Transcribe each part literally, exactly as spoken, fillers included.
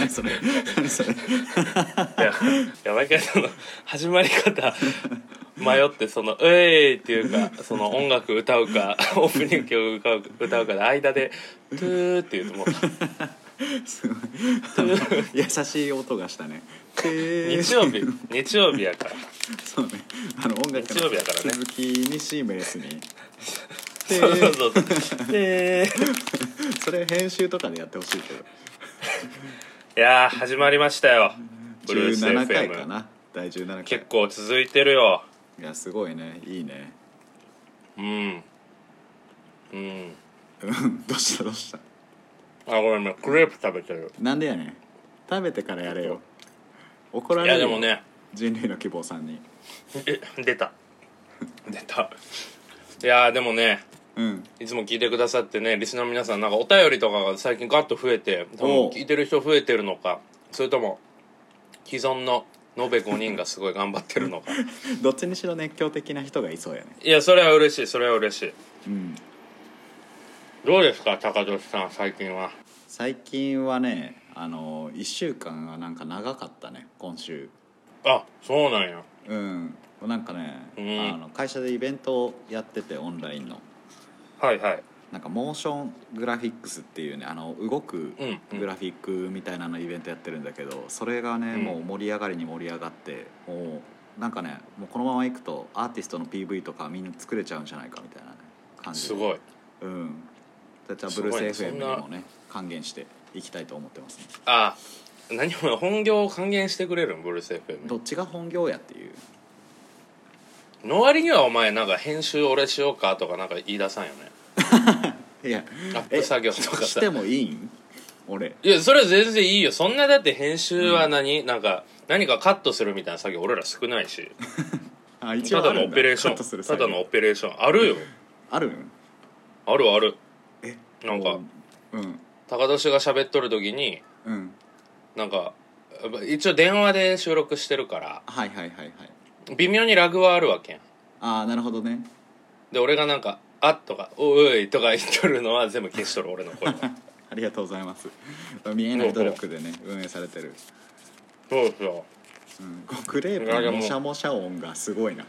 何それ何それいやいや毎回その始まり方迷ってその「うえい!」っていうかその音楽歌うかオープニング曲歌う歌うかで間で「トゥー」って言うともうすごい優しい音がしたね。 日曜日日曜日やからそうね、あの音楽日曜日やからねの続きにシームレスにそうそうそうでそれ編集とかでやってほしいけど。 いやー始まりましたよブルースじゅうななエフエム回かな、だいじゅうななかい。 結構続いてるよ。 いやすごいね、いいね。 うんうんうんどうしたどうした。 あごめんごめんクレープ食べてる。 なんでやねん、食べてからやれよ。怒られるよ。 いやでもね人類の希望さんに。 え出た出たいやでもねうんいつも聞いてくださってねリスナーの皆さんなんかお便りとかが最近ガッと増えて多分聞いてる人増えてるのかそれとも既存の延べごにんがすごい頑張ってるのかどっちにしろ熱狂的な人がいそうやね。 いやそれは嬉しいそれは嬉しい。 うんどうですか高俊さん最近は。 最近はね、あのいっしゅうかんはなんか長かったね今週。 あそうなんや。 うんなんかね、 うん、 あの会社でイベントをやっててオンラインのはいはいなんかモーショングラフィックスっていうね、あの動くうんうんグラフィックみたいなのイベントやってるんだけど、それがね、 うんもう盛り上がりに盛り上がって、もうなんかねもうこのままいくとアーティストの ピーブイ とかみんな作れちゃうんじゃないかみたいな、ね、感じで。 すごい。 うんじゃあブルース エフエム にもね還元していきたいと思ってますね。 あ何も本業を還元してくれるんブルース エフエム。 どっちが本業やっていうの割にはお前なんか編集俺しようかとかなんか言い出さんよねいやアップ作業とかさしてもいいん俺。 いやそれは全然いいよ。そんなだって編集は何、うん、なんか何かカットするみたいな作業俺ら少ないしあ一応あるんだ。 ただのオペレーションただのオペレーションあるよ。 あるあるある。 えなんか、 うん、 高年が喋っとる時に、 うん、 なんか一応電話で収録してるからはいはいはいはい微妙にラグはあるわけやん。 ああなるほどね。 で俺がなんか「あっ」とか「おい」とか言っとるのは全部消しとる俺の声はありがとうございます。見えない努力でね運営されてる。 そうですよ、 うん、クレープのモシャモシャ音がすごいな。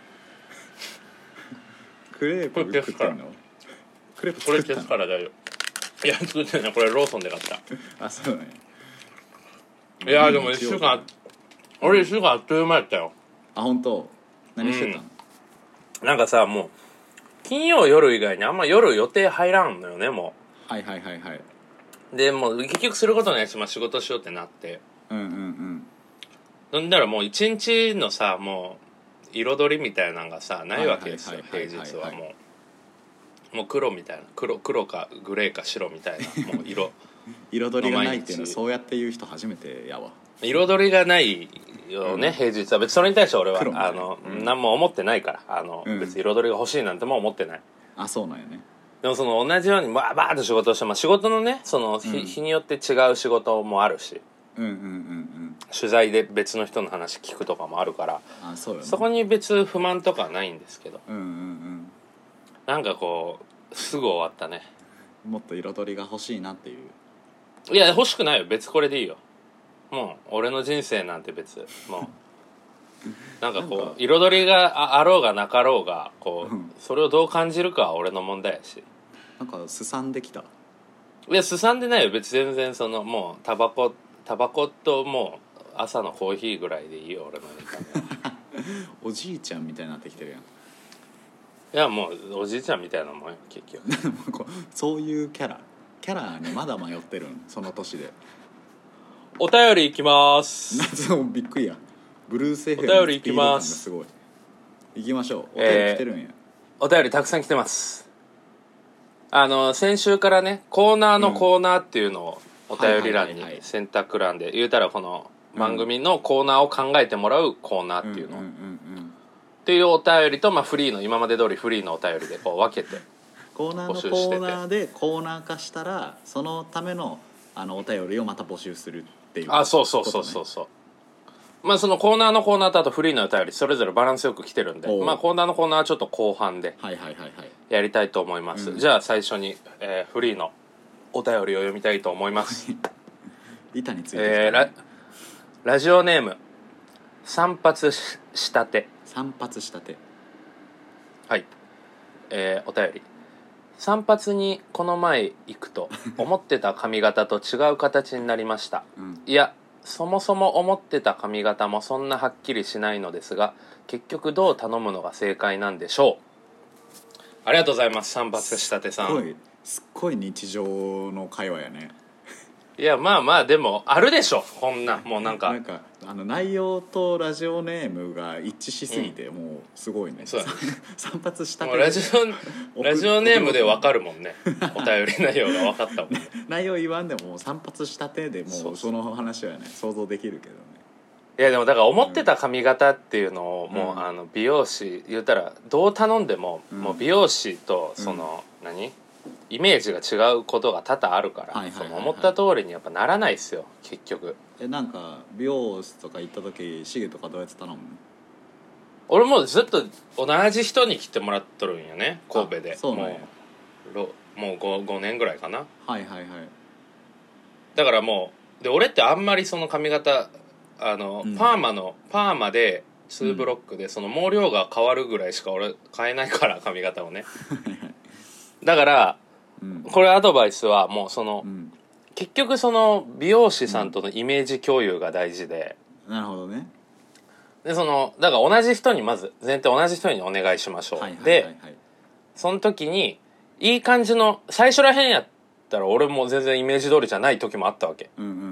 クレープ作ってんの？クレープこれ作ったの？ 消すからだよ。いや作ってないこれローソンで買った。 あそうね。 いやでもいっしゅうかん俺いっしゅうかんあっという間やったよ。 あ本当。何してたの？ うん、なんかさもう金曜夜以外にあんま夜予定入らんのよねもう。はいはいはいはい。 でもう結局することないし、まあ、仕事しようってなって、 うんうんうん。 なんだらもう一日のさもう彩りみたいなのがさないわけですよ平日はもうもう黒みたいな黒黒かグレーか白みたいなもう色彩りがないっていうのはそうやって言う人初めてやわ。 彩りがないよね、うん、平日は別にそれに対して俺はあの、うん、何も思ってないからあの、うん、別に彩りが欲しいなんても思ってない。 あそうなんやね。 でもその同じようにバーバーっと仕事をして、まあ、仕事のねその日、うん、日によって違う仕事もあるし、 うんうんうんうん、 取材で別の人の話聞くとかもあるから、 あそうよね、 そこに別不満とかはないんですけど、 うんうんうん、 なんかこうすぐ終わったね。 もっと彩りが欲しいなっていう。 いや欲しくないよ別これでいいよ。もう俺の人生なんて別もうなんかこう彩りがあろうがなかろうがこう、うん、それをどう感じるかは俺の問題やし。 なんかすさんできた。 いやすさんでないよ別に全然そのもうタバコタバコともう朝のコーヒーぐらいでいいよ俺の中でおじいちゃんみたいになってきてるやん。 いやもうおじいちゃんみたいなもんよ結局そういうキャラキャラにまだ迷ってるんその年で。 お便りいきまーす。 夏もびっくりや。ブルース エフエムお便りいきます。 すごい。行きましょう。お便り来てるんや、えー、 お便りたくさん来てます。あの先週からねコーナーのコーナーっていうのをお便り欄に選択欄で言うたらこの番組のコーナーを考えてもらうコーナーっていうのっていうお便りと、まあ、フリーの今まで通りフリーのお便りでこう分けてコーナーのコーナーでコーナー化したらそのためのあのお便りをまた募集するっていう、ね、 あそうそうそうそうそう。まあそのコーナーのコーナーとあとフリーのお便りそれぞれバランスよく来てるんで、まあコーナーのコーナーはちょっと後半でやりたいと思います。じゃあ最初に、えー、フリーのお便りを読みたいと思います。 板についてきた、ねえー、ララジオネーム散髪ししたて。 散髪したて。 はい、えー、お便り。散髪にこの前行くと思ってた髪型と違う形になりました、うん、いやそもそも思ってた髪型もそんなはっきりしないのですが、結局どう頼むのが正解なんでしょう。ありがとうございます。散髪したてさん、 すっごいすっごい日常の会話やね。 いやまあまあでもあるでしょこんな、もうなんかなんかあの内容とラジオネームが一致しすぎて、うん、もうすごいね。 そう散髪したてもうラジオラジオネームで分かるもんねお便り内容が分かったもんね内容言わんでも散髪したてでもうその話はね想像できるけどね。 いやでもだから思ってた髪型っていうのをもう、うん、あの美容師言ったらどう頼んでも、うん、もう美容師とその、うん、何イメージが違うことが多々あるから、その思った通りにやっぱならないですよ結局。 えなんか美容室とか行った時シゲとかどうやって頼むの？ 俺もうずっと同じ人に来てもらっとるんよね神戸で。 そうなんや。 もうもう 5, ごねんぐらいかな。 はいはいはい。 だからもうで俺ってあんまりその髪型あの、うん、パーマのパーマでにブロックで、うん、その毛量が変わるぐらいしか俺変えないから髪型をねだから、うん、これアドバイスはもうその、うん、結局その美容師さんとのイメージ共有が大事で、 うん、なるほどね。 でそのだから同じ人にまず前提同じ人にお願いしましょう、はいはいはいはい、でその時にいい感じの最初らへんやったら俺も全然イメージ通りじゃない時もあったわけ、うんうんうんうん、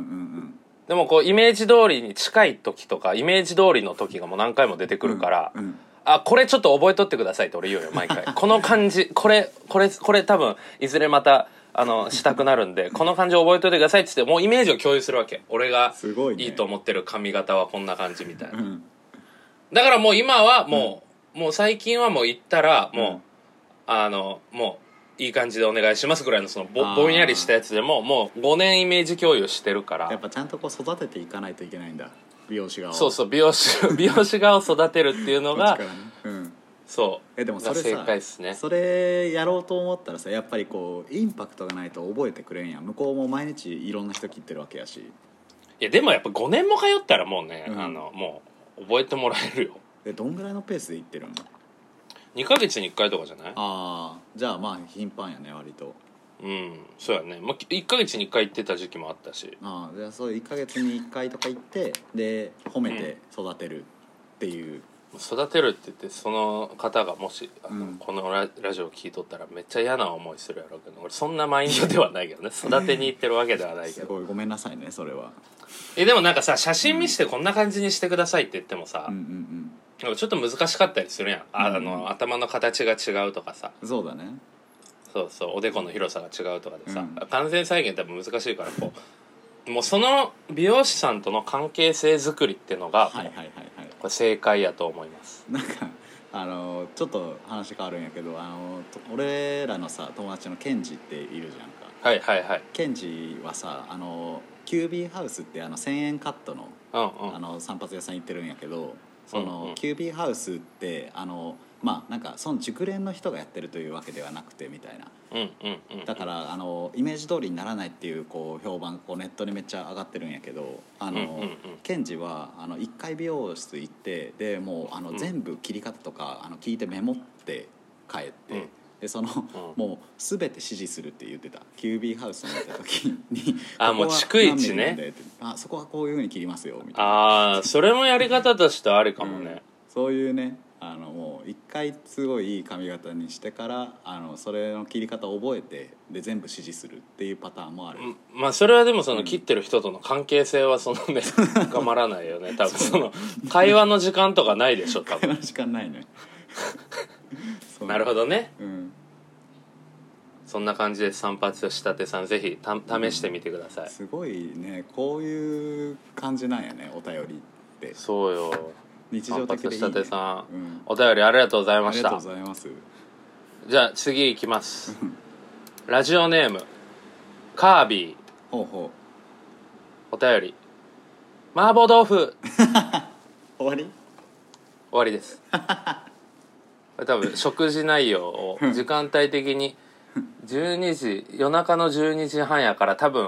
でもこうイメージ通りに近い時とかイメージ通りの時がもう何回も出てくるから、うんうん、あこれちょっと覚えとってくださいって俺言うよ毎回この感じこれこれこれ多分いずれまたあのしたくなるんでこの感じを覚えといてくださいって言ってもうイメージを共有するわけ。俺がいいと思ってる髪型はこんな感じみたいな、うん、だからもう今はもう、うん、もう最近はもう行ったらもう、うん、あのもういい感じでお願いしますぐらいのその ぼ, ぼんやりしたやつでももうごねんイメージ共有してるから。 やっぱちゃんとこう育てていかないといけないんだ美容師側を。 そうそう美容師美容師側を育てるっていうのが、ねうん、そうえでもそれさ正解っすね。 それやろうと思ったらさやっぱりこうインパクトがないと覚えてくれんやん。向こうも毎日いろんな人切ってるわけやし。いやでもやっぱごねんも通ったらもうね、うん、あのもう覚えてもらえるよ。 でどんぐらいのペースで行ってるの？ にかげつにいっかいとかじゃない？ああじゃあまあ頻繁やね割と。 うんそうやね、まあ、いっかげつにいっかい行ってた時期もあったし。 ああじゃあそういっかげつにいっかいとか行ってで褒めて育てるっていう、 うん、育てるって言ってその方がもしあの、うん、この ラ, ラジオ聞いとったらめっちゃ嫌な思いするやろうけど俺そんなマインドではないけどね育てに行ってるわけではないけどすごいごめんなさいねそれは。 えでもなんかさ写真見せてこんな感じにしてくださいって言ってもさ、うんうんうんちょっと難しかったりするやん、あ、あの、うん、頭の形が違うとかさ。 そうだね。 そうそうおでこの広さが違うとかでさ、うん、完全再現多分難しいからこうもうその美容師さんとの関係性作りっていうのが、はいはいはいはい、これ正解やと思います。 なんかあのちょっと話変わるんやけどあの俺らのさ友達のケンジっているじゃんか。 はいはいはい。 ケンジはさあのキュービーハウスってあのせんえんカットの、うんうん、あの散髪屋さん行ってるんやけどその、うんうん、キュービーハウスってあのまあなんかその熟練の人がやってるというわけではなくてみたいな、うんうんうんうん、だからあのイメージ通りにならないっていうこう評判こうネットにめっちゃ上がってるんやけどあの、うんうんうん、ケンジはあのいっかい美容室行ってでもうあの全部切り方とかあの聞いてメモって帰って、うんでその、うん、もう全て指示するって言ってた。キュービーハウスに行った時にあもう逐一ねあそこはこういう風に切りますよみたいな。 ああそれもやり方としてあるかもね、うん、 そういうねあのもう一回すごいいい髪型にしてからあのそれの切り方を覚えてで全部指示するっていうパターンもある。 まあそれはでもその切ってる人との関係性はそのね深まらないよね多分その会話の時間とかないでしょ多分。会話の時間ないねなるほどね、 うん、 そんな感じで散髪したてさんぜひた試してみてください、うん、 すごいねこういう感じなんやねお便りって。 そうよ日常的でいい、ね、 散髪したてさん、うん、お便りありがとうございました。 ありがとうございます。 じゃあ次いきますラジオネームカービー。 ほうほうお便り麻婆豆腐終わり終わりですこれ多分食事内容を時間帯的にじゅうにじ夜中のじゅうにじはんやから多分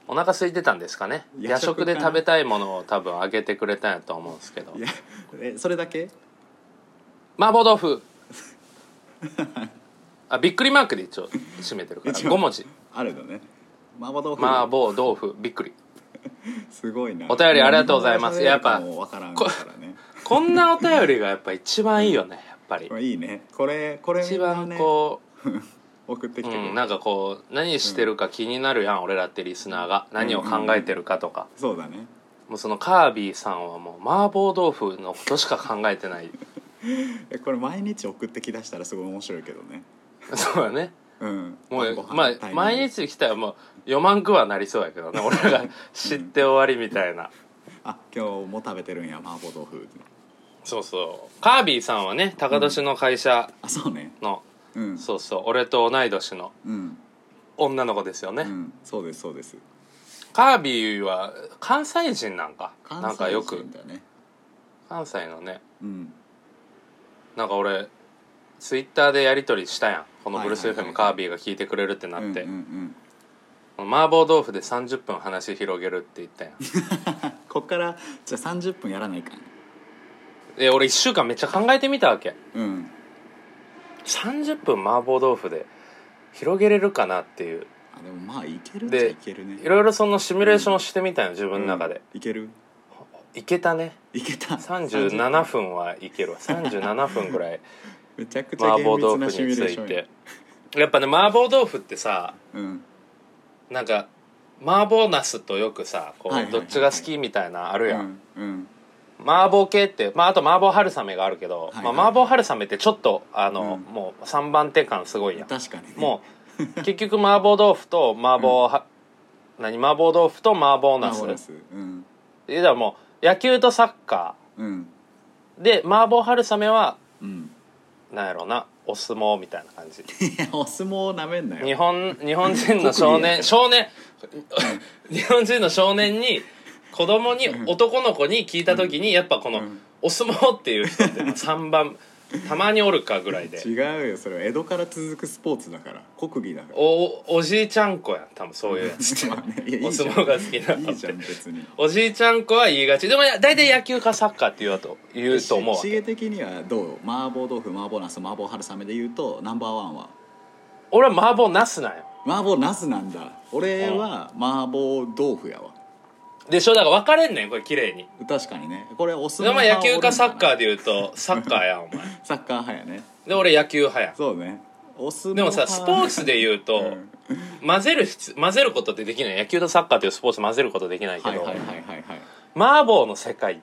お腹空いてたんですかね。夜食で食べたいものを多分あげてくれたんやと思うんですけど。 いやえそれだけ麻婆豆腐あびっくりマークで一応締めてるからご文字あるのね。麻婆豆腐麻婆豆腐びっくりすごいな。 お便りありがとうございます。やっぱもう分からんからねこんなお便りがやっぱ一番いいよね。やっぱりいいね。これこれ、ね、 一番こう送ってきてくれる、 うん、なんかこう何してるか気になるやん、うん、俺らってリスナーが何を考えてるかとか、 うんうんうん、そうだね。 もうそのカービーさんはもう麻婆豆腐のことしか考えてないこれ毎日送ってきだしたらすごい面白いけどね。 そうだね、 うん、 もうまあ毎日来たらもう読まんくはなりそうやけどね俺らが知って終わりみたいな、うん、 あ今日も食べてるんや麻婆豆腐。 そうそうカービーさんはね高年の会社の、 うん、あそうね、うん、 そうそう俺と同い年の女の子ですよね、 うん、そうですそうです。 カービーは関西人なんか関西人だよね。 なんかよく関西のね、 うん、 なんか俺ツイッターでやり取りしたやんこのブルース エフエム カービーが聞いてくれるってなって、麻婆豆腐でさんじゅっぷん話広げるって言ったやんこっからじゃあさんじゅっぷんやらないかん。 で俺いっしゅうかんめっちゃ考えてみたわけ、 うん、 さんじゅっぷん麻婆豆腐で広げれるかなっていう。 あでもまあいけるっちゃいけるね。 いろいろそのシミュレーションしてみたよ、うん、自分の中で、 うん、いけるいけたね。 いけたさんじゅうななふんはいけるわさんじゅうななふんぐらいめちゃくちゃ厳密なシミュレーション。 麻婆豆腐についてやっぱね麻婆豆腐ってさ、 うん、 なんか麻婆茄子とよくさこう、はいはいはいはい、どっちが好きみたいなあるやん、 うんうん、 麻婆系って、まあ、あと麻婆春雨があるけど、はいはいはい、まあ、麻婆春雨ってちょっとあの、うん、もうさんばん手感すごいやん。 確かに、ね、 もう結局麻婆豆腐と麻婆は、うん、何麻婆豆腐と麻婆茄子、うん、でだからもう野球とサッカー、うん、で麻婆春雨は、うん、なんやろうなお相撲みたいな感じ。 いやお相撲なめんなよ。 日本日本人の少年少年日本人の少年に子供に男の子に聞いた時にやっぱこのお相撲っていう人ってさんばんたまにおるかぐらいで。 違うよそれは江戸から続くスポーツだから国技だから。 おおじいちゃん子やん多分そういうやつってお相撲が好きなのって。いいじゃん別に。おじいちゃん子は言いがちでも大体野球かサッカーって言うと言うと思うわけ。 シゲ的にはどう麻婆豆腐麻婆茄子麻婆春雨で言うとナンバーワンは。 俺は麻婆茄子なんよ。 麻婆茄子なんだ。俺は麻婆豆腐やわ。 でしょだから分かれんねんこれ綺麗に。 確かにねこれお相撲派。でも野球かサッカーで言うとサッカーやんお前。 サッカー派やね。 で俺野球派やん。 そうね。お相撲でもさスポーツで言うと、うん、混ぜる混ぜることってできない。野球とサッカーというスポーツ混ぜることできないけど、はいはいはいはい、はい、麻婆の世界って、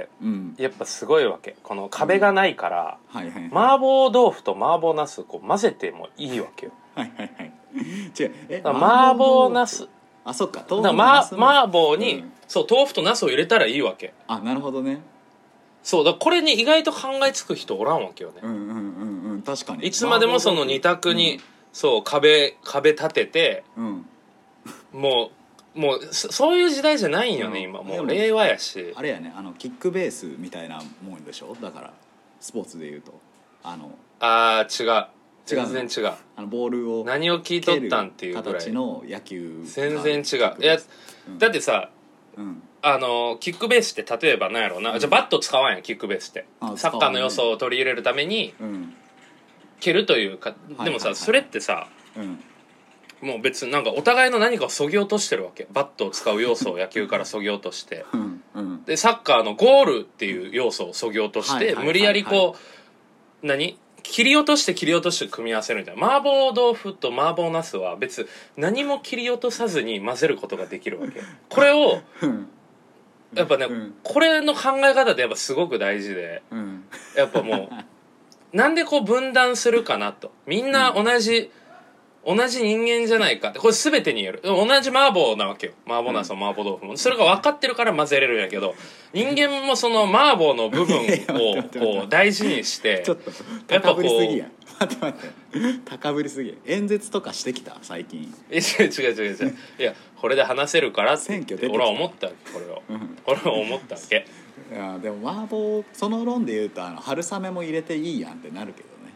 うん、やっぱすごいわけ。この壁がないから、うんはいはいはい、麻婆豆腐と麻婆茄子こう混ぜてもいいわけよ。はいはいはい。違うえ麻婆茄子あそっか豆腐の麻婆に、うん、そう豆腐と茄子を入れたらいいわけ。 あなるほどね。 そうだこれに意外と考えつく人おらんわけよね。 うんうんうんうん確かに。 いつまでもその二択に、うん、そう壁壁立てて、うん、もうもうそういう時代じゃないんよね、うん、今もう令和やし。 あれやねあのキックベースみたいなもんでしょ。だからスポーツでいうとあのあー違う全然違う。 あのボールを何を聞いとったんっていうぐらい形の野球全然違う。いや、うん、だってさ、うん、あのキックベースって例えば何やろうな、うん、じゃあバット使わんやんキックベースって、ね、サッカーの要素を取り入れるために、うん、蹴るというか、でもさ、はいはいはい、それってさ、うん、もう別になんかお互いの何かをそぎ落としてるわけ。バットを使う要素を野球からそぎ落として、うんうん、でサッカーのゴールっていう要素をそぎ落として、無理やりこう何切り落として切り落として組み合わせるみたいな。麻婆豆腐と麻婆茄子は別何も切り落とさずに混ぜることができるわけ。これをやっぱね、うん、これの考え方ってやっぱすごく大事で、うん、やっぱもうなんでこう分断するかなと。みんな同じ、うん、同じ人間じゃないかってこれ全てに言える。同じ麻婆なわけよ。麻婆茄子も麻婆豆腐もそれが分かってるから混ぜれるんやけど、人間もその麻婆の部分をこう大事にしてちょっと高ぶりすぎや。待って待って高ぶりすぎや。演説とかしてきた最近。 え違う違う違う違ういやこれで話せるからって俺は思ったわけ。これを、うん、俺は思ったわけ。 いやでも麻婆その論で言うとあの春雨も入れていいやんってなるけどね。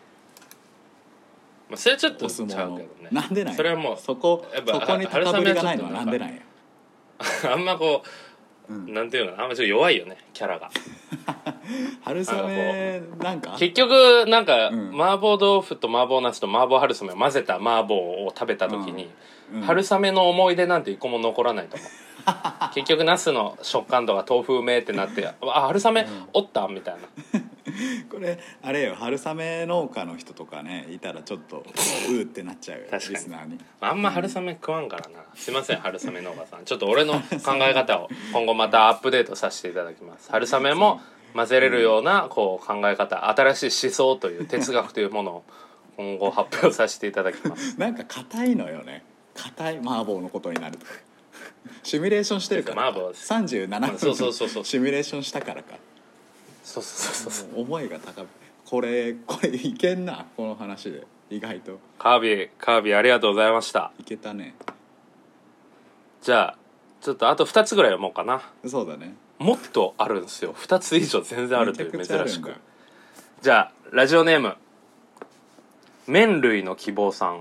まあ、それちょっとちゃうけどね。 なんでなんや。 それはもうそこそこに高ぶりがないのはなんでなんや。 あんまこう、うん、なんていうのあんまちょっと弱いよねキャラが春雨なんか結局なんか、うん、麻婆豆腐と麻婆茄子と麻婆春雨を混ぜた麻婆を食べた時に、うんうん、春雨の思い出なんて一個も残らないと思う結局茄子の食感とか豆腐うめえってなってあ春雨おったみたいなこれあれよ春雨農家の人とかねいたらちょっとうーってなっちゃうよ確かにリスナーにあんま春雨食わんからな、すいません春雨農家さんちょっと俺の考え方を今後またアップデートさせていただきます春雨も混ぜれるようなこう考え方新しい思想という哲学というものを今後発表させていただきますなんか硬いのよね硬い麻婆のことになるとかシミュレーションしてるからかさんじゅうななふんシミュレーションしたからかそうそうそうそう思いが高めこれこれいけんなこの話で意外とカービィカービィありがとうございましたいけたねじゃあちょっとあとふたつぐらい読もうかなそうだねもっとあるんですよふたつ以上全然あるという珍しくじゃあラジオネーム麺類の希望さん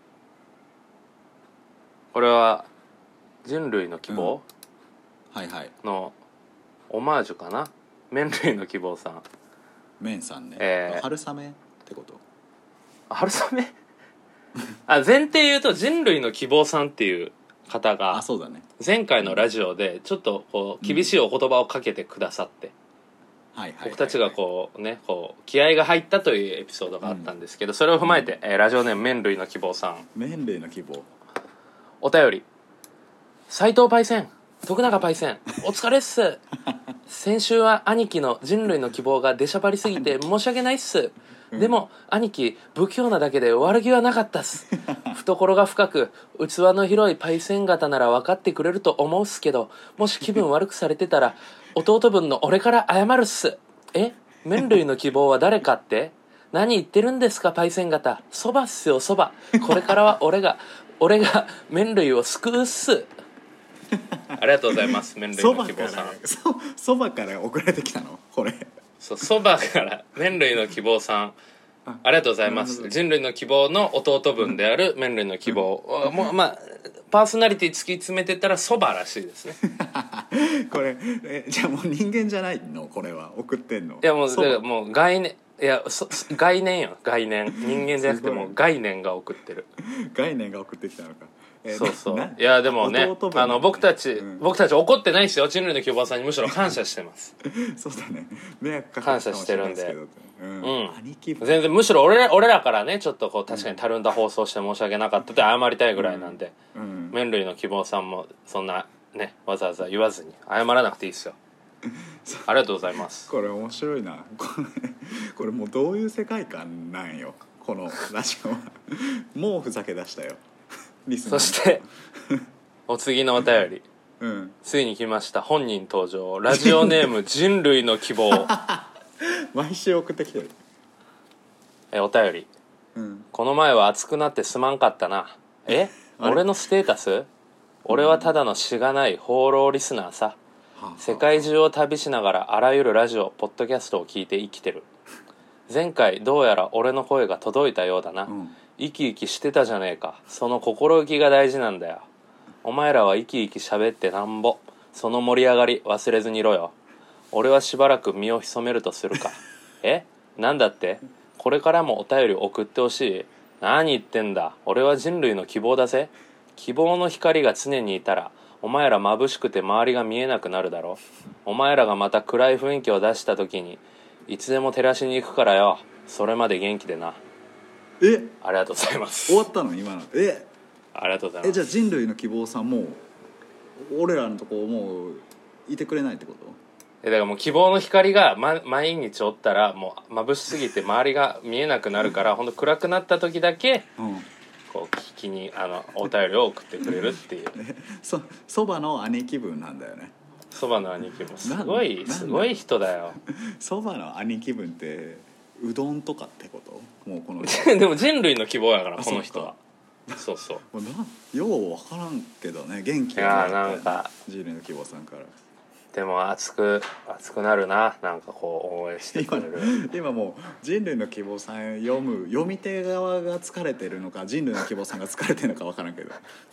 これは人類の希望、 うん、はいはいのオマージュかな麺類の希望さん麺さんね、 えー、 春雨ってこと春雨あ前提言うと人類の希望さんっていう方が前回のラジオでちょっとこう厳しいお言葉をかけてくださって、うん、僕たちがこうねこう気合が入ったというエピソードがあったんですけど、うん、それを踏まえて、えー、ラジオネーム麺類の希望さん麺類の希望お便り斉藤パイセン徳永パイセンお疲れっす先週は兄貴の人類の希望が出しゃばりすぎて申し訳ないっす、うん、でも兄貴不器用なだけで悪気はなかったっす懐が深く器の広いパイセン型なら分かってくれると思うっすけどもし気分悪くされてたら弟分の俺から謝るっすえ麺類の希望は誰かって何言ってるんですかパイセン型そばっすよそばこれからは俺が俺が麺類を救うっすありがとうございます麺類の希望さんそばから送られてきたのこれそうそばから麺類の希望さんありがとうございます人類の希望の弟分である麺類の希望、うん、もうまあパーソナリティ突き詰めてったらそばらしいですねこれえじゃあもう人間じゃないのこれは送ってんのいやもうだからもう概念いやそ概念よ概念人間じゃなくてもう概念が送ってる概念が送ってきたのかえー、そうそういやでもねあの僕たち、うん、僕たち怒ってないですよ人類の希望さんにむしろ感謝してますそうだね迷惑かけ感謝してるんで、 うん、うん、兄貴分全然むしろ俺ら俺らからねちょっとこう確かにたるんだ放送して申し訳なかったって謝りたいぐらいなんで、うんうん、麺類の希望さんもそんなねわざわざ言わずに謝らなくていいですよありがとうございますこれ面白いなこれこれもうどういう世界観なんよこのラジオはもうふざけ出したよそしてお次のお便り、 うん、 ついに来ました本人登場ラジオネーム人類の希望毎週送ってきてるえお便り、うん、この前は熱くなってすまんかったなえ俺のステータス俺はただのしがない放浪リスナーさ、うん、世界中を旅しながらあらゆるラジオポッドキャストを聞いて生きてる前回どうやら俺の声が届いたようだな、うん生き生きしてたじゃねえかその心意気が大事なんだよお前らは生き生き喋ってなんぼその盛り上がり忘れずにいろよ俺はしばらく身を潜めるとするかえなんだってこれからもお便り送ってほしい何言ってんだ俺は人類の希望だぜ希望の光が常にいたらお前ら眩しくて周りが見えなくなるだろお前らがまた暗い雰囲気を出した時にいつでも照らしに行くからよそれまで元気でなえありがとうございます終わったの今のえありがとうございますえじゃあ人類の希望さんも俺らのとこもういてくれないってことえだからもう希望の光が、ま、毎日おったらもう眩しすぎて周りが見えなくなるからほんと暗くなった時だけ、うん、こう聞きにあのお便りを送ってくれるっていうそそばの兄貴分なんだよねそばの兄貴分すごいすごい人だよそばの兄貴分ってうどんとかってこともうこのでも人類の希望やからこの人はそうそうなよう分からんけどね元気がなんか人類の希望さんからでも熱く熱くなるななんかこう応援してくれる今, 今もう人類の希望さん読む読み手側が疲れてるのか人類の希望さんが疲れてるのか分からんけど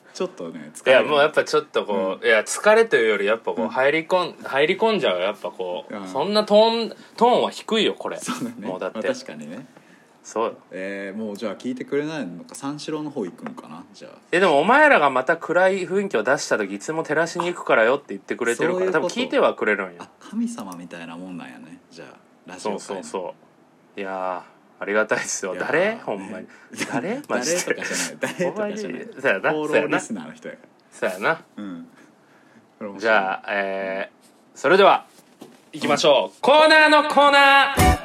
ちょっとね疲れる。いやもうやっぱちょっとこう、うん、いや疲れというよりやっぱこう入り込ん、うん、入り込んじゃうやっぱこう、うん、そんなトーントーンは低いよこれ。 そうだね、 もうだって、 まあ、確かにね。 そうえー、もうじゃあ聞いてくれないのか、三四郎の方行くんかな。じゃあえでもお前らがまた暗い雰囲気を出した時いつも照らしに行くからよって言ってくれてるから、多分聞いてはくれるんや。 あ、神様みたいなもんなんやね。じゃあラジオそうそうそういやありがたいっすよ。誰ほんまに誰マジで誰とかじゃない誰とかじゃないそうやなフォローリスナーの人やからそうやな、 うん、 じゃあ、えー、それでは行きましょう、うん、コーナーのコーナー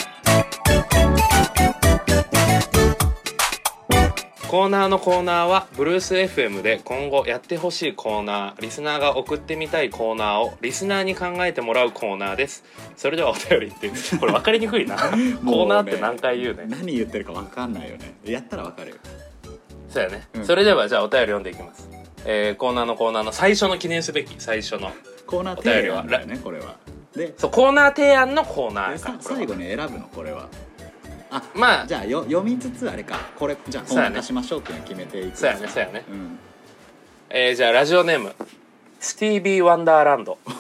コーナーのコーナーはブルース エフエム で今後やってほしいコーナー、リスナーが送ってみたいコーナーをリスナーに考えてもらうコーナーです。それではお便りってこれ分かりにくいなコーナーって何回言うね。 何言ってるか分かんないよね。やったら分かるよ。 そうやね、うん、それではじゃあお便り読んでいきます、えー、コーナーのコーナーの最初の記念すべき最初のコーナー提案だよねこれは。 でそうコーナー提案のコーナーやから最後に選ぶのこれは。あ、 まあじゃあよ読みつつあれか、これじゃあコーナー出しましょうっていうのを決めていく。 そうやねそうやね、うん、えー、じゃあラジオネームスティービー・ワンダーランドこ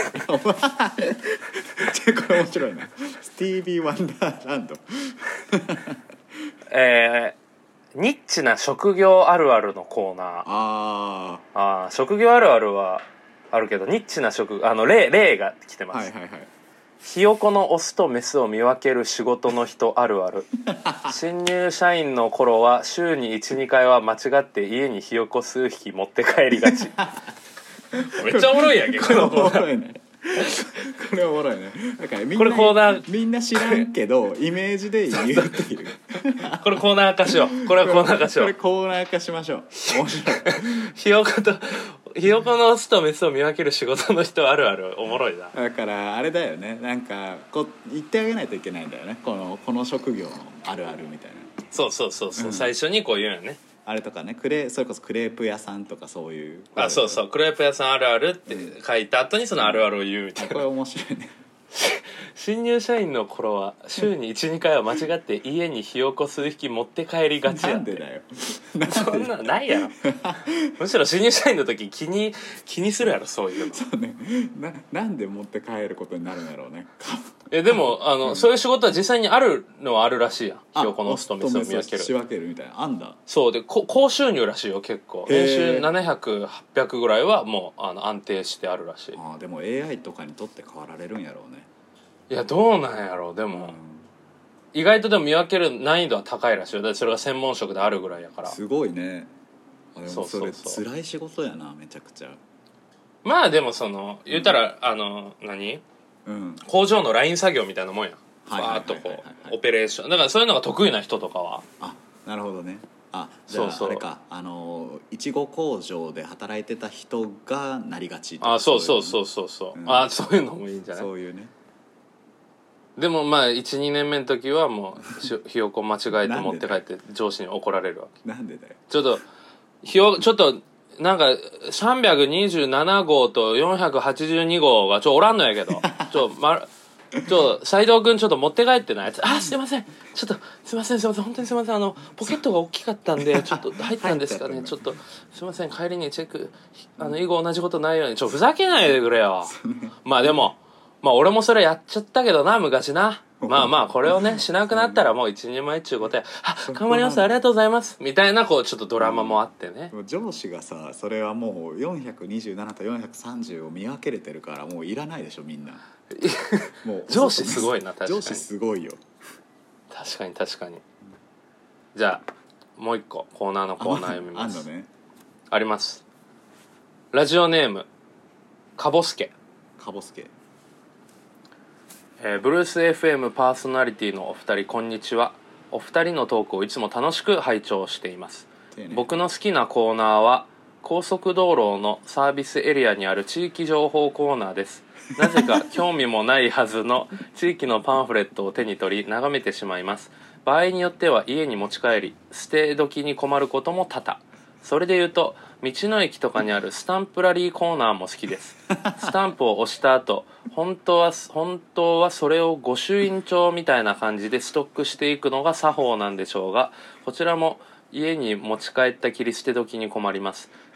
れ面白いな。スティービー・ワンダーランドえー、ニッチな職業あるあるのコーナー。 ああ職業あるあるはあるけどニッチな職あの例例が来てます。 はいはいはい。 ひよこのオスとメスを見分ける仕事の人あるある新入社員の頃は週に いち,に 回は間違って家にひよこ数匹持って帰りがちめっちゃおもろいやんけこのコーナーこれおもろいね。だからみんなこれコーナーみんな知らんけどイメージで言うっていうこれコーナー化しよう。これはコーナー化しよう。 これコーナー化しましょう。面白いひよことひよこのオスとメスを見分ける仕事の人あるあるおもろいな。 だからあれだよね、なんかこう言ってあげないといけないんだよね、このこの職業のあるあるみたいな。 そうそうそうそう、うん、最初にこう言うよね。 あれとかね、クレそれこそクレープ屋さんとかそういう。 あ、そうそう、クレープ屋さんあるあるって書いた後にそのあるあるを言うみたいな、うん、 これ面白いね新入社員の頃は週に いち,に 回は間違って家にひよこ数匹持って帰りがちやって。 なんでだよそんなのないやろむしろ新入社員の時気に気にするやろそういうの。 そうね、な, なんで持って帰ることになるんだろうねえでもあの、うん、そういう仕事は実際にあるのはあるらしいやん。ひよこのオスとメスを見分ける仕分けるみたいなあんだ。 そうでこ高収入らしいよ結構。年収ななひゃく、はっぴゃくぐらいはもうあの安定してあるらしい。 あでも エーアイ とかにとって変わられるんやろうね。 いやどうなんやろう。でも、うん、意外とでも見分ける難易度は高いらしいよ。だってそれが専門職であるぐらいやから。 すごいね。あでもそれそうそうそう辛い仕事やなめちゃくちゃ。 まあでもその言ったら、うん、あの何、 うん、 工場のライン作業みたいなもんやん。バーッとこうオペレーションだからそういうのが得意な人とかは。 あなるほどね。あじゃあそうそうあれかあのいちご工場で働いてた人がなりがちとか。あそうそうそうそうそう、うん、あそういうのもいいんじゃない。 そういうね。 でもまあ いち,に 年目の時はもうひよこ間違えて持って帰って上司に怒られるわけ。 なんでだよ。 ちょっとひよちょっとなんかさんびゃくにじゅうなな号とよんひゃくはちじゅうに号がちょおらんのやけどちょまちょ斉藤君ちょっと持って帰ってない。あすいませんちょっとすいませんすいません本当にすいませんあのポケットが大きかったんでちょっと入ったんですかねちょっとすいません帰りにチェックあの以後同じことないようにちょふざけないでくれよまあでもまあ俺もそれやっちゃったけどな昔な。まあまあこれをねしなくなったらもう一人前っちゅうことや。あ頑張りますありがとうございますみたいなこうちょっとドラマもあってね、 うん、上司がさそれはもうよんひゃくにじゅうななとよんひゃくさんじゅうを見分けれてるからもういらないでしょみんなもう上司すごいな確かに。 上司すごいよ確かに確かに。じゃあもう一個コーナーのコーナー読みます。 あ, あ, んのね、 あります。ラジオネームかぼすけ。 かぼすけえー、ブルース エフエム パーソナリティのお二人こんにちは。お二人のトークをいつも楽しく拝聴しています。僕の好きなコーナーは高速道路のサービスエリアにある地域情報コーナーです。なぜか興味もないはずの地域のパンフレットを手に取り眺めてしまいます。場合によっては家に持ち帰り捨て時に困ることも多々。それで言うと道の駅とかにあるスタンプラリーコーナーも好きです。スタンプを押した後本当は本当はそれを御朱印帳みたいな感じでストックしていくのが作法なんでしょうが、こちらも家に持ち帰ったきり捨て時に困ります。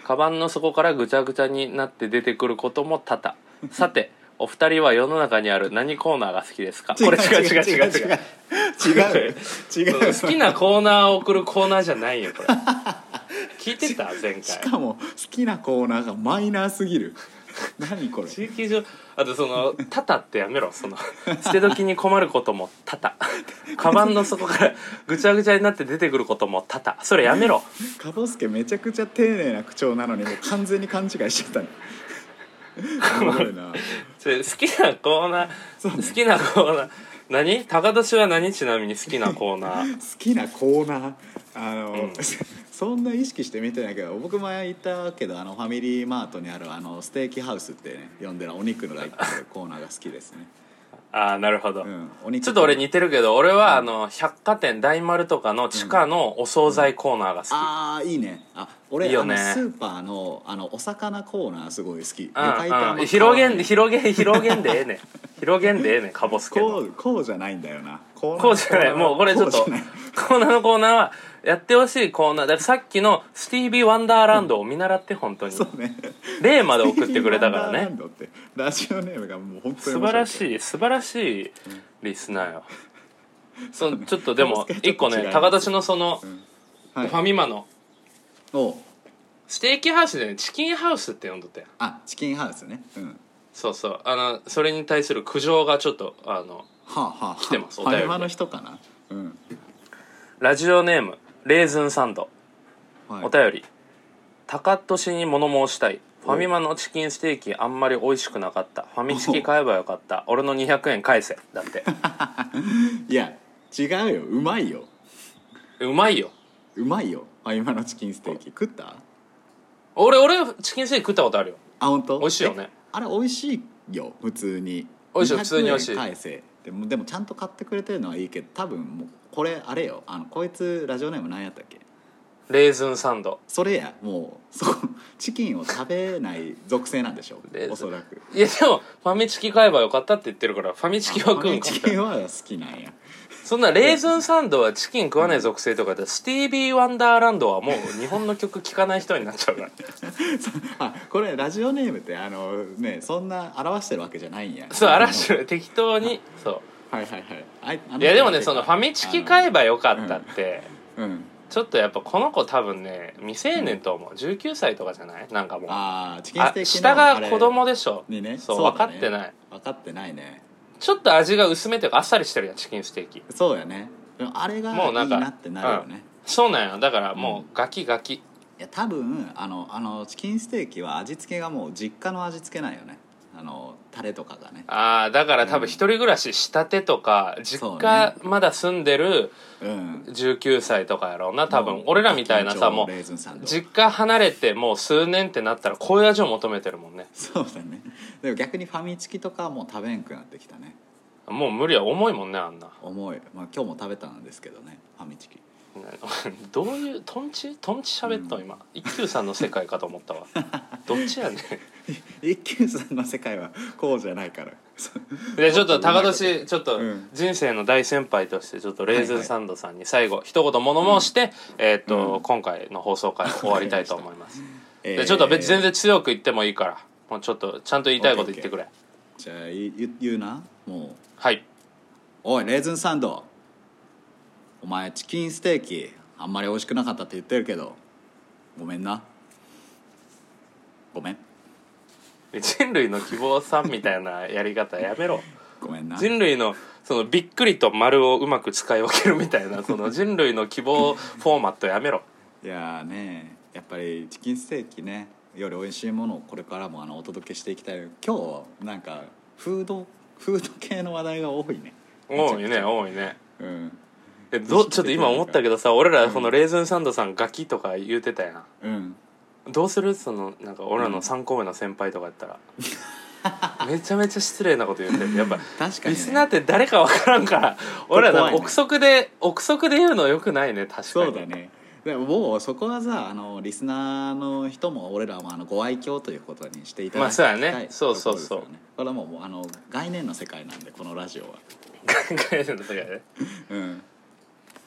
カバンの底からぐちゃぐちゃになって出てくることも多々。さてお二人は世の中にある何コーナーが好きですか？これ違う違う違う違う違う違う違う好きなコーナーを送るコーナーじゃないよこれ。聞いてた前回。 しかも好きなコーナーがマイナーすぎる。何これ。 地域上あとそのタタってやめろ。その捨て時に困ることもタタ。カバンの底からぐちゃぐちゃになって出てくることもタタ。それやめろ。 カボスケめちゃくちゃ丁寧な口調なのにもう完全に勘違いしちゃったね。面白いな。 好きなコーナー、ね、好きなコーナー何？高年は何？ちなみに好きなコーナー。 好きなコーナーあの、うん、そんな意識して見てないけど、僕前言ったけどあのファミリーマートにあるあのステーキハウスってね呼んでるお肉の入ってるコーナーが好きですね。 ああなるほど、 うん、お肉ちょっと俺似てるけど俺は、うん、あの百貨店大丸とかの地下のお惣菜コーナーが好き、うん、 ああいいね。あ俺いいよ、ね、あのスーパーのあのお魚コーナーすごい好き。 うんうん、広げん広げ広げんでええねん広げんでええねんカボスケのこうこうじゃないんだよな。 こうじゃないもうこれちょっとコーナーのコーナーはやってほしいコーナーだってさっきのスティービー・ワンダーランドを見習って本当に、 そうね例まで送ってくれたからね。 スティービー・ワンダーランドってラジオネームがもう本当に素晴らしい素晴らしいリスナーよ、うん、そちょっとでも一個ね高田のその、うんはい、ファミマのステーキハウスでねチキンハウスって呼んどったよ。 あチキンハウスね、うん、 そうそうあのそれに対する苦情がちょっとあの、 はあはあ、 来てます。 お便りファミマの人かな、うん、 ラジオネームレーズンサンド、はい、お便り高年に物申したい。ファミマのチキンステーキあんまり美味しくなかった。ファミチキ買えばよかった。俺のにひゃくえん返せだっていや違うようまいようまいようまいよファミマのチキンステーキ食った？ 俺俺チキンステーキ食ったことあるよ。 あ本当？ 美味しいよね。 あれ美味しいよ普通に。 美味しい普通に美味しい。 返せでもでもちゃんと買ってくれてるのはいいけど多分もうこれあれよあのこいつラジオネーム何やったっけ？ レーズンサンド。 それやもうそチキンを食べない属性なんでしょおそらく。 いやでもファミチキ買えばよかったって言ってるからファミチキは食うんか。 ファミチキは好きなんや。 そんなレーズンサンドはチキン食わない属性とかで、うん、スティービー・ワンダーランドはもう日本の曲聴かない人になっちゃうからあこれラジオネームってあのねそんな表してるわけじゃないんや。 そう表してる適当にそうはいはいはいあいやでもねそのファミチキ買えばよかったって、 うん、うんちょっとやっぱこの子多分ね未成年と思う、うん、じゅうきゅうさいとかじゃないなんかもうあチキンステーキの下が子供でしょにねそう、ね、分かってない分かってないね。 ちょっと味が薄めというかあっさりしてるやんチキンステーキ。 そうやねでもあれがいいなってなるよね、うん、 そうなんやだからもうガキガキ、うん、いや多分あのあのチキンステーキは味付けがもう実家の味付けなんよねあのタレとかがね。 ああだから多分一人暮らししたてとか、うん、実家まだ住んでるじゅうきゅうさいとかやろうな多分、うん、俺らみたいなさもう実家離れてもう数年ってなったらこういう味を求めてるもんね。 そうだねでも逆にファミチキとかはもう食べんくなってきたね。 もう無理や重いもんねあんな重い、まあ、今日も食べたんですけどねファミチキどういうトンチトンチ喋ったの、うん、今一休さんの世界かと思ったわどっちやねん一休さんの世界はこうじゃないからでちょっと高年ちょっと人生の大先輩としてちょっとレーズンサンドさんに最後一言物申して、うん、えー、っと、うん、今回の放送回終わりたいと思いますでちょっと別に全然強く言ってもいいからもうちょっとちゃんと言いたいこと言ってくれ。 じゃあ言うなもうはいおいレーズンサンドお前チキンステーキあんまり美味しくなかったって言ってるけどごめんなごめん人類の希望さんみたいなやり方やめろごめんな人類のそのびっくりと丸をうまく使い分けるみたいなその人類の希望フォーマットやめろいやねやっぱりチキンステーキねより美味しいものをこれからもあのお届けしていきたい。今日なんかフードフード系の話題が多いね。 多いね多いねうんえどちょっと今思ったけどさ俺らこのレーズンサンドさんガキとか言うてたやん、 うん、 どうするそのなんか俺らのさんこめの先輩とかやったら、うん、めちゃめちゃ失礼なこと言ってるやっぱ確かに、ね、リスナーって誰か分からんから俺ら憶測で憶測で言うのよくないね確かに。 そうだねでももうそこはさあのリスナーの人も俺らもあのご愛嬌ということにしていただきたい。 まあそうやねそうそうそうこれはもうあの概念の世界なんでこのラジオは概念の世界ねうん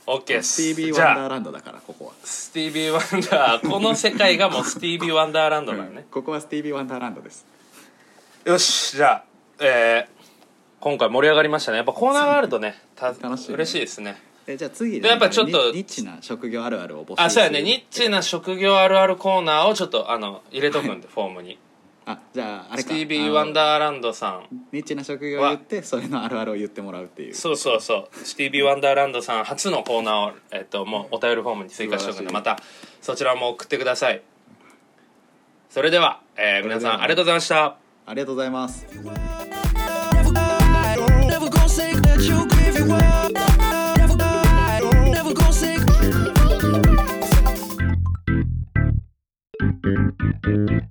OK です。 スティービー・ワンダーランドだからここは。 スティービー・ワンダーこの世界がもうスティービー・ワンダーランドだよね、うん、 ここはスティービー・ワンダーランドです。 よし、じゃあ、えー、今回盛り上がりましたね。やっぱコーナーがあるとね、た楽しい、ね、嬉しいですね。 えじゃあ次でやっぱちょっとニッチな職業あるあるを募集する。 あ、そうやね、ニッチな職業あるあるコーナーをちょっとあの入れとくんでフォームに。 あ、じゃああれか、 スティービー・ワンダーランドさん、 ニッチな職業を言ってそれのあるあるを言ってもらうっていう。 そうそうそう、スティービー・ワンダーランドさん初のコーナーを、えっと、もうお便りフォームに追加しておくんで、またそちらも送ってください。それでは、えー、皆さんありがとうございました。 ありがとうございます。Thank you.